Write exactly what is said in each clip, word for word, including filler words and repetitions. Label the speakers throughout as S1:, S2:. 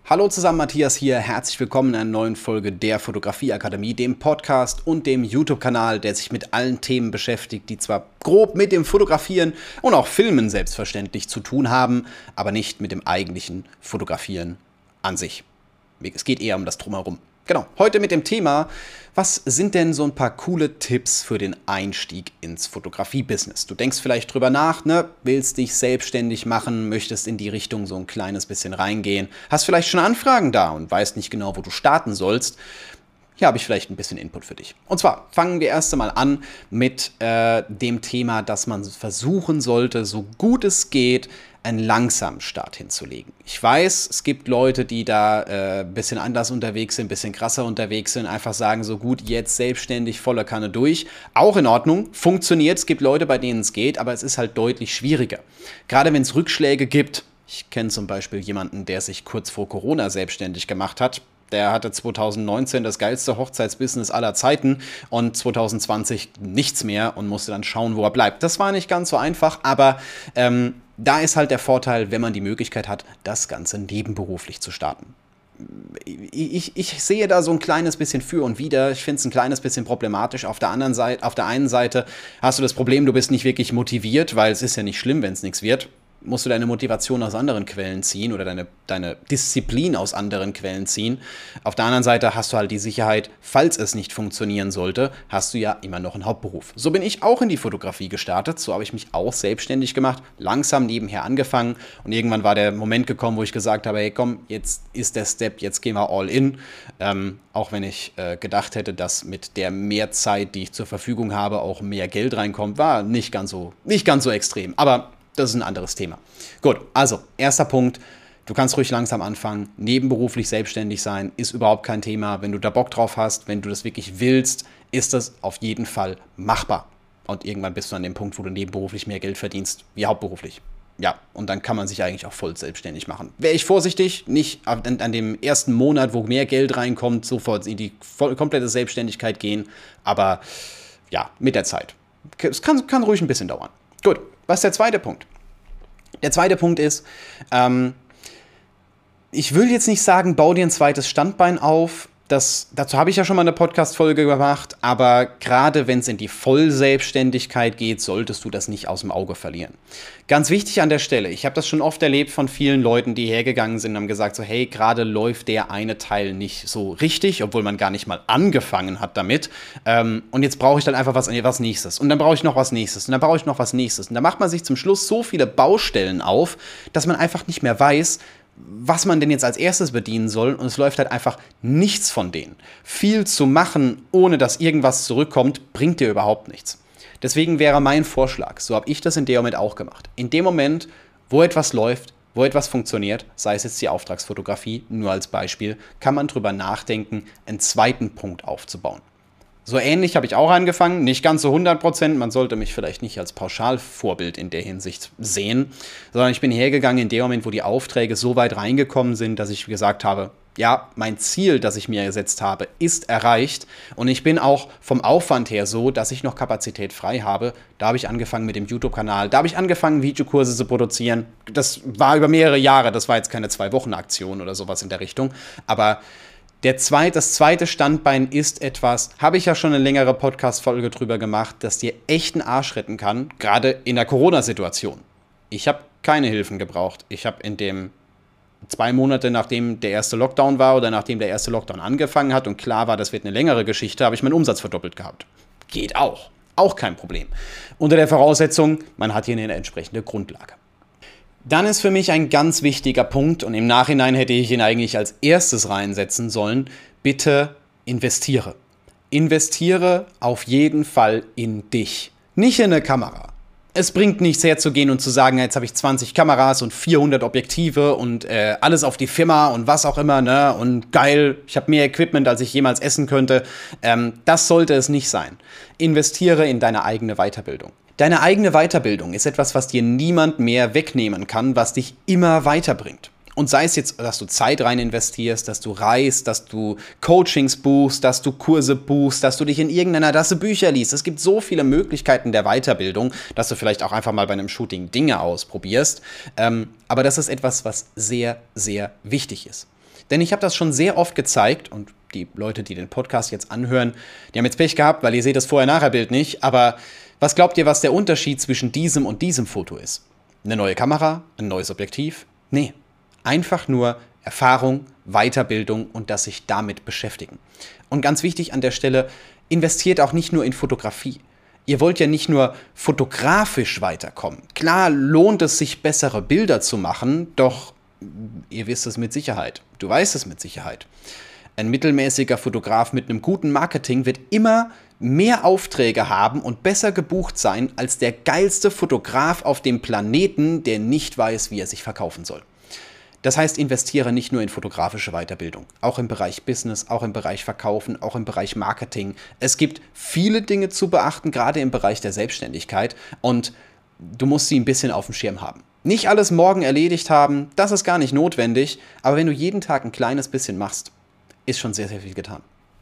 S1: Hallo zusammen, Matthias hier. Herzlich willkommen in einer neuen Folge der Fotografieakademie, dem Podcast und dem YouTube-Kanal, der sich mit allen Themen beschäftigt, die zwar grob mit dem Fotografieren und auch Filmen selbstverständlich zu tun haben, aber nicht mit dem eigentlichen Fotografieren an sich. Es geht eher um das Drumherum. Genau, heute mit dem Thema, was sind denn so ein paar coole Tipps für den Einstieg ins Fotografie-Business? Du denkst vielleicht drüber nach, ne? Willst dich selbstständig machen, möchtest in die Richtung so ein kleines bisschen reingehen, hast vielleicht schon Anfragen da und weißt nicht genau, wo du starten sollst. Hier habe ich vielleicht ein bisschen Input für dich. Und zwar fangen wir erst einmal an mit äh, dem Thema, dass man versuchen sollte, so gut es geht, einen langsamen Start hinzulegen. Ich weiß, es gibt Leute, die da äh, ein bisschen anders unterwegs sind, ein bisschen krasser unterwegs sind, einfach sagen, so gut, jetzt selbstständig, volle Kanne durch. Auch in Ordnung, funktioniert, es gibt Leute, bei denen es geht, aber es ist halt deutlich schwieriger. Gerade wenn es Rückschläge gibt. Ich kenne zum Beispiel jemanden, der sich kurz vor Corona selbstständig gemacht hat. Der hatte zwanzig neunzehn das geilste Hochzeitsbusiness aller Zeiten und zwanzig zwanzig nichts mehr und musste dann schauen, wo er bleibt. Das war nicht ganz so einfach, aber ähm, da ist halt der Vorteil, wenn man die Möglichkeit hat, das Ganze nebenberuflich zu starten. Ich, ich sehe da so ein kleines bisschen für und wider. Ich finde es ein kleines bisschen problematisch. Auf der anderen Seite, auf der einen Seite hast du das Problem, du bist nicht wirklich motiviert, weil es ist ja nicht schlimm, wenn es nichts wird. Musst du deine Motivation aus anderen Quellen ziehen oder deine, deine Disziplin aus anderen Quellen ziehen. Auf der anderen Seite hast du halt die Sicherheit, falls es nicht funktionieren sollte, hast du ja immer noch einen Hauptberuf. So bin ich auch in die Fotografie gestartet, so habe ich mich auch selbstständig gemacht, langsam nebenher angefangen und irgendwann war der Moment gekommen, wo ich gesagt habe, hey komm, jetzt ist der Step, jetzt gehen wir all in. Ähm, auch wenn ich äh, gedacht hätte, dass mit der mehr Zeit, die ich zur Verfügung habe, auch mehr Geld reinkommt, war nicht ganz so, nicht ganz so extrem, aber das ist ein anderes Thema. Gut, also, erster Punkt, du kannst ruhig langsam anfangen, nebenberuflich selbstständig sein, ist überhaupt kein Thema. Wenn du da Bock drauf hast, wenn du das wirklich willst, ist das auf jeden Fall machbar. Und irgendwann bist du an dem Punkt, wo du nebenberuflich mehr Geld verdienst, wie hauptberuflich. Ja, und dann kann man sich eigentlich auch voll selbstständig machen. Wäre ich vorsichtig, nicht an, an dem ersten Monat, wo mehr Geld reinkommt, sofort in die voll, komplette Selbstständigkeit gehen, aber ja, mit der Zeit. Es kann, kann ruhig ein bisschen dauern. Gut, was ist der zweite Punkt? Der zweite Punkt ist, ähm, ich will jetzt nicht sagen, bau dir ein zweites Standbein auf. Das, dazu habe ich ja schon mal eine Podcast-Folge gemacht, aber gerade wenn es in die Vollselbstständigkeit geht, solltest du das nicht aus dem Auge verlieren. Ganz wichtig an der Stelle, ich habe das schon oft erlebt von vielen Leuten, die hergegangen sind und haben gesagt so, hey, gerade läuft der eine Teil nicht so richtig, obwohl man gar nicht mal angefangen hat damit. Ähm, und jetzt brauche ich dann einfach was, was Nächstes. Und dann brauche ich noch was Nächstes. Und dann brauche ich noch was Nächstes. Und da macht man sich zum Schluss so viele Baustellen auf, dass man einfach nicht mehr weiß, was man denn jetzt als erstes bedienen soll und es läuft halt einfach nichts von denen. Viel zu machen, ohne dass irgendwas zurückkommt, bringt dir überhaupt nichts. Deswegen wäre mein Vorschlag, so habe ich das in dem Moment auch gemacht. In dem Moment, wo etwas läuft, wo etwas funktioniert, sei es jetzt die Auftragsfotografie, nur als Beispiel, kann man drüber nachdenken, einen zweiten Punkt aufzubauen. So ähnlich habe ich auch angefangen, nicht ganz so hundert Prozent, man sollte mich vielleicht nicht als Pauschalvorbild in der Hinsicht sehen, sondern ich bin hergegangen in dem Moment, wo die Aufträge so weit reingekommen sind, dass ich gesagt habe, ja, mein Ziel, das ich mir gesetzt habe, ist erreicht und ich bin auch vom Aufwand her so, dass ich noch Kapazität frei habe. Da habe ich angefangen mit dem YouTube-Kanal, da habe ich angefangen, Videokurse zu produzieren. Das war über mehrere Jahre, das war jetzt keine Zwei-Wochen-Aktion oder sowas in der Richtung, aber Der zweite, das zweite Standbein ist etwas, habe ich ja schon eine längere Podcast-Folge drüber gemacht, das dir echt einen Arsch retten kann, gerade in der Corona-Situation. Ich habe keine Hilfen gebraucht. Ich habe in dem zwei Monate, nachdem der erste Lockdown war oder nachdem der erste Lockdown angefangen hat und klar war, das wird eine längere Geschichte, habe ich meinen Umsatz verdoppelt gehabt. Geht auch. Auch kein Problem. Unter der Voraussetzung, man hat hier eine entsprechende Grundlage. Dann ist für mich ein ganz wichtiger Punkt, und im Nachhinein hätte ich ihn eigentlich als erstes reinsetzen sollen, bitte investiere. Investiere auf jeden Fall in dich, nicht in eine Kamera. Es bringt nichts herzugehen und zu sagen, jetzt habe ich zwanzig Kameras und vierhundert Objektive und äh, alles auf die Firma und was auch immer, ne? Und geil, ich habe mehr Equipment, als ich jemals essen könnte. Ähm, das sollte es nicht sein. Investiere in deine eigene Weiterbildung. Deine eigene Weiterbildung ist etwas, was dir niemand mehr wegnehmen kann, was dich immer weiterbringt. Und sei es jetzt, dass du Zeit rein investierst, dass du reist, dass du Coachings buchst, dass du Kurse buchst, dass du dich in irgendeiner Tasse Bücher liest. Es gibt so viele Möglichkeiten der Weiterbildung, dass du vielleicht auch einfach mal bei einem Shooting Dinge ausprobierst. Ähm, aber das ist etwas, was sehr, sehr wichtig ist. Denn ich habe das schon sehr oft gezeigt und die Leute, die den Podcast jetzt anhören, die haben jetzt Pech gehabt, weil ihr seht das Vorher-Nachher-Bild nicht. Aber was glaubt ihr, was der Unterschied zwischen diesem und diesem Foto ist? Eine neue Kamera? Ein neues Objektiv? Nee, einfach nur Erfahrung, Weiterbildung und das sich damit beschäftigen. Und ganz wichtig an der Stelle, investiert auch nicht nur in Fotografie. Ihr wollt ja nicht nur fotografisch weiterkommen. Klar lohnt es sich, bessere Bilder zu machen, doch ihr wisst es mit Sicherheit. Du weißt es mit Sicherheit. Ein mittelmäßiger Fotograf mit einem guten Marketing wird immer mehr Aufträge haben und besser gebucht sein als der geilste Fotograf auf dem Planeten, der nicht weiß, wie er sich verkaufen soll. Das heißt, investiere nicht nur in fotografische Weiterbildung, auch im Bereich Business, auch im Bereich Verkaufen, auch im Bereich Marketing. Es gibt viele Dinge zu beachten, gerade im Bereich der Selbstständigkeit, und du musst sie ein bisschen auf dem Schirm haben. Nicht alles morgen erledigt haben, das ist gar nicht notwendig, aber wenn du jeden Tag ein kleines bisschen machst, ist schon sehr, sehr viel getan.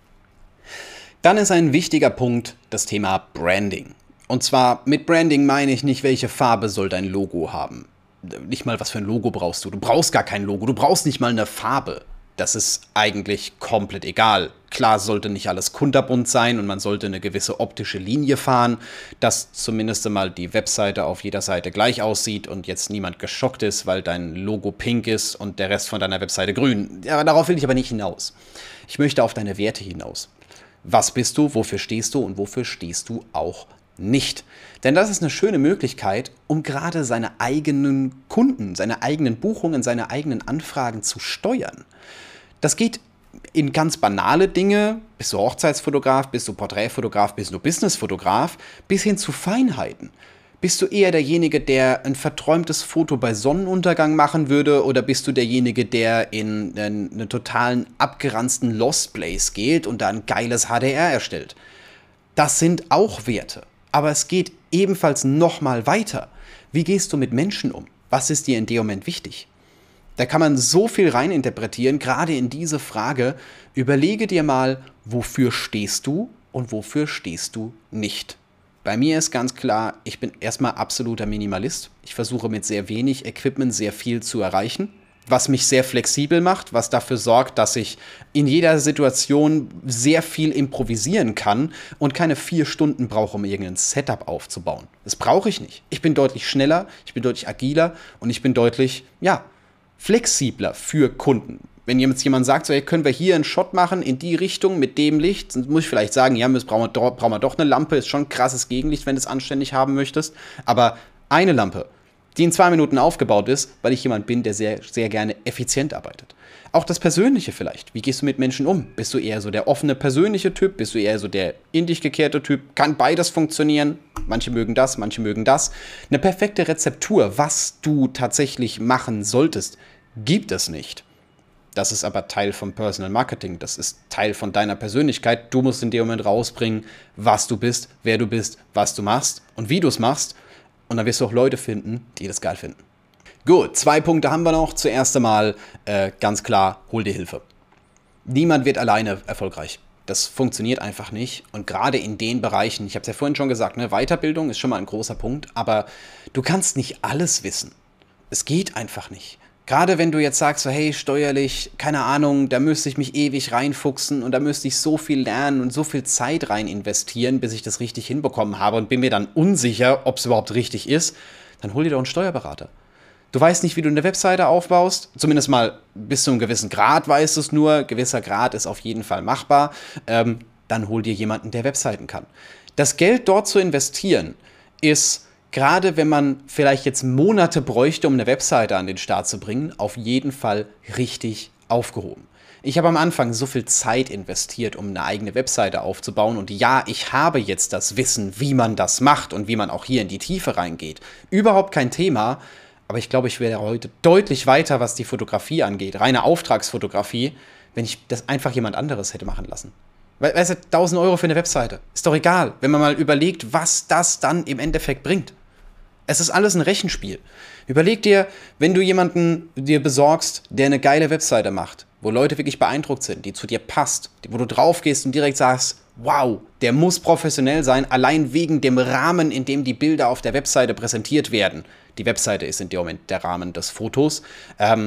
S1: Dann ist ein wichtiger Punkt das Thema Branding. Und zwar mit Branding meine ich nicht, welche Farbe soll dein Logo haben. Nicht mal, was für ein Logo brauchst du. Du brauchst gar kein Logo, du brauchst nicht mal eine Farbe. Das ist eigentlich komplett egal. Klar sollte nicht alles kunterbunt sein und man sollte eine gewisse optische Linie fahren, dass zumindest mal die Webseite auf jeder Seite gleich aussieht und jetzt niemand geschockt ist, weil dein Logo pink ist und der Rest von deiner Webseite grün. Ja, darauf will ich aber nicht hinaus. Ich möchte auf deine Werte hinaus. Was bist du, wofür stehst du und wofür stehst du auch nicht? Denn das ist eine schöne Möglichkeit, um gerade seine eigenen Kunden, seine eigenen Buchungen, seine eigenen Anfragen zu steuern. Das geht in ganz banale Dinge, bist du Hochzeitsfotograf, bist du Porträtfotograf, bist du Businessfotograf, bis hin zu Feinheiten. Bist du eher derjenige, der ein verträumtes Foto bei Sonnenuntergang machen würde, oder bist du derjenige, der in einen, einen totalen abgeranzten Lost Place geht und da ein geiles H D R erstellt? Das sind auch Werte. Aber es geht ebenfalls nochmal weiter. Wie gehst du mit Menschen um? Was ist dir in dem Moment wichtig? Da kann man so viel reininterpretieren, gerade in diese Frage. Überlege dir mal, wofür stehst du und wofür stehst du nicht. Bei mir ist ganz klar, ich bin erstmal absoluter Minimalist. Ich versuche mit sehr wenig Equipment sehr viel zu erreichen, was mich sehr flexibel macht, was dafür sorgt, dass ich in jeder Situation sehr viel improvisieren kann und keine vier Stunden brauche, um irgendein Setup aufzubauen. Das brauche ich nicht. Ich bin deutlich schneller, ich bin deutlich agiler und ich bin deutlich, ja, flexibler für Kunden. Wenn jetzt jemand sagt, so, hey, können wir hier einen Shot machen in die Richtung mit dem Licht, dann muss ich vielleicht sagen, ja, brauchen wir, doch, brauchen wir doch eine Lampe, ist schon ein krasses Gegenlicht, wenn du es anständig haben möchtest, aber eine Lampe, die in zwei Minuten aufgebaut ist, weil ich jemand bin, der sehr, sehr gerne effizient arbeitet. Auch das Persönliche vielleicht. Wie gehst du mit Menschen um? Bist du eher so der offene, persönliche Typ? Bist du eher so der in dich gekehrte Typ? Kann beides funktionieren? Manche mögen das, manche mögen das. Eine perfekte Rezeptur, was du tatsächlich machen solltest, gibt es nicht. Das ist aber Teil vom Personal Marketing. Das ist Teil von deiner Persönlichkeit. Du musst in dem Moment rausbringen, was du bist, wer du bist, was du machst und wie du es machst. Und dann wirst du auch Leute finden, die das geil finden. Gut, zwei Punkte haben wir noch. Zuerst einmal äh, ganz klar, hol dir Hilfe. Niemand wird alleine erfolgreich. Das funktioniert einfach nicht. Und gerade in den Bereichen, ich habe es ja vorhin schon gesagt, ne, Weiterbildung ist schon mal ein großer Punkt, aber du kannst nicht alles wissen. Es geht einfach nicht. Gerade wenn du jetzt sagst, so, hey, steuerlich, keine Ahnung, da müsste ich mich ewig reinfuchsen und da müsste ich so viel lernen und so viel Zeit rein investieren, bis ich das richtig hinbekommen habe und bin mir dann unsicher, ob es überhaupt richtig ist, dann hol dir doch einen Steuerberater. Du weißt nicht, wie du eine Webseite aufbaust, zumindest mal bis zu einem gewissen Grad weißt du es nur, gewisser Grad ist auf jeden Fall machbar, ähm, dann hol dir jemanden, der Webseiten kann. Das Geld dort zu investieren ist, gerade wenn man vielleicht jetzt Monate bräuchte, um eine Webseite an den Start zu bringen, auf jeden Fall richtig aufgehoben. Ich habe am Anfang so viel Zeit investiert, um eine eigene Webseite aufzubauen. Und ja, ich habe jetzt das Wissen, wie man das macht und wie man auch hier in die Tiefe reingeht. Überhaupt kein Thema, aber ich glaube, ich wäre heute deutlich weiter, was die Fotografie angeht, reine Auftragsfotografie, wenn ich das einfach jemand anderes hätte machen lassen. Weißt du, tausend Euro für eine Webseite, ist doch egal, wenn man mal überlegt, was das dann im Endeffekt bringt. Es ist alles ein Rechenspiel. Überleg dir, wenn du jemanden dir besorgst, der eine geile Webseite macht, wo Leute wirklich beeindruckt sind, die zu dir passt, wo du drauf gehst und direkt sagst, wow, der muss professionell sein, allein wegen dem Rahmen, in dem die Bilder auf der Webseite präsentiert werden. Die Webseite ist in dem Moment der Rahmen des Fotos. Ähm,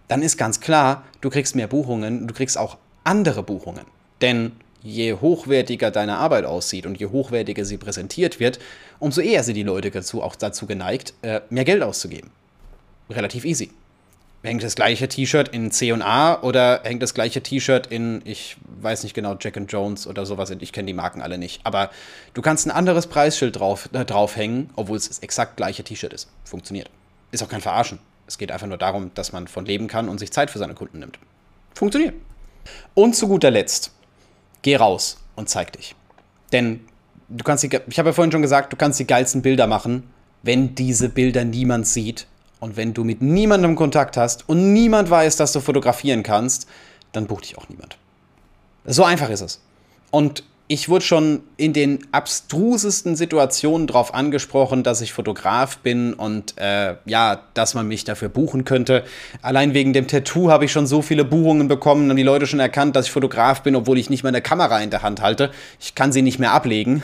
S1: dann ist ganz klar, du kriegst mehr Buchungen, du kriegst auch andere Buchungen. Denn je hochwertiger deine Arbeit aussieht und je hochwertiger sie präsentiert wird, umso eher sind die Leute dazu, auch dazu geneigt, mehr Geld auszugeben. Relativ easy. Hängt das gleiche T-Shirt in C und A oder hängt das gleiche T-Shirt in, ich weiß nicht genau, Jack and Jones oder sowas, ich kenne die Marken alle nicht. Aber du kannst ein anderes Preisschild drauf, äh, draufhängen, obwohl es das exakt gleiche T-Shirt ist. Funktioniert. Ist auch kein Verarschen. Es geht einfach nur darum, dass man von leben kann und sich Zeit für seine Kunden nimmt. Funktioniert. Und zu guter Letzt, geh raus und zeig dich. Denn du kannst die, ich habe ja vorhin schon gesagt, du kannst die geilsten Bilder machen, wenn diese Bilder niemand sieht. Und wenn du mit niemandem Kontakt hast und niemand weiß, dass du fotografieren kannst, dann bucht dich auch niemand. So einfach ist es. Und ich wurde schon in den abstrusesten Situationen darauf angesprochen, dass ich Fotograf bin und äh, ja, dass man mich dafür buchen könnte. Allein wegen dem Tattoo habe ich schon so viele Buchungen bekommen und die Leute schon erkannt, dass ich Fotograf bin, obwohl ich nicht mal eine Kamera in der Hand halte. Ich kann sie nicht mehr ablegen.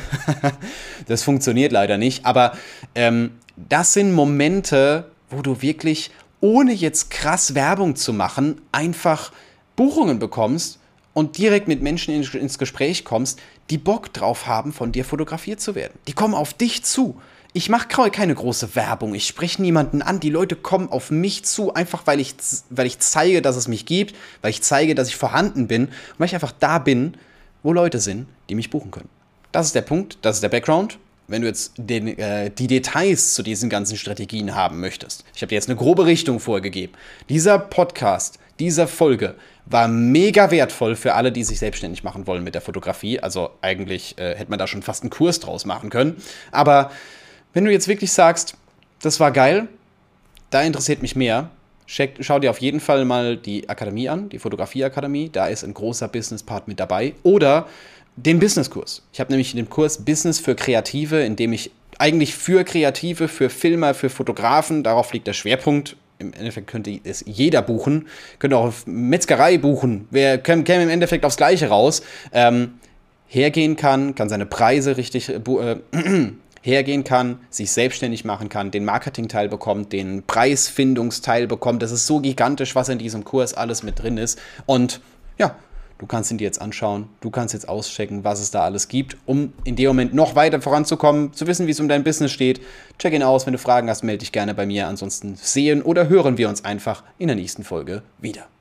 S1: Das funktioniert leider nicht. Aber ähm, das sind Momente, wo du wirklich, ohne jetzt krass Werbung zu machen, einfach Buchungen bekommst und direkt mit Menschen in, ins Gespräch kommst, die Bock drauf haben, von dir fotografiert zu werden. Die kommen auf dich zu. Ich mache keine große Werbung, ich spreche niemanden an. Die Leute kommen auf mich zu, einfach weil ich, weil ich zeige, dass es mich gibt, weil ich zeige, dass ich vorhanden bin und weil ich einfach da bin, wo Leute sind, die mich buchen können. Das ist der Punkt, das ist der Background. Wenn du jetzt den, äh, die Details zu diesen ganzen Strategien haben möchtest. Ich habe dir jetzt eine grobe Richtung vorgegeben. Dieser Podcast, diese Folge war mega wertvoll für alle, die sich selbstständig machen wollen mit der Fotografie. Also eigentlich äh, hätte man da schon fast einen Kurs draus machen können. Aber wenn du jetzt wirklich sagst, das war geil, da interessiert mich mehr, check, schau dir auf jeden Fall mal die Akademie an, die Fotografie-Akademie. Da ist ein großer Business-Part mit dabei. Oder den Business-Kurs. Ich habe nämlich den Kurs Business für Kreative, in dem ich eigentlich für Kreative, für Filmer, für Fotografen, darauf liegt der Schwerpunkt. Im Endeffekt könnte es jeder buchen, könnte auch auf Metzgerei buchen, wer käme im Endeffekt aufs Gleiche raus, ähm, hergehen kann, kann seine Preise richtig äh, hergehen kann, sich selbstständig machen kann, den Marketingteil bekommt, den Preisfindungsteil bekommt. Das ist so gigantisch, was in diesem Kurs alles mit drin ist. Und ja, du kannst ihn dir jetzt anschauen, du kannst jetzt auschecken, was es da alles gibt, um in dem Moment noch weiter voranzukommen, zu wissen, wie es um dein Business steht. Check ihn aus, wenn du Fragen hast, melde dich gerne bei mir. Ansonsten sehen oder hören wir uns einfach in der nächsten Folge wieder.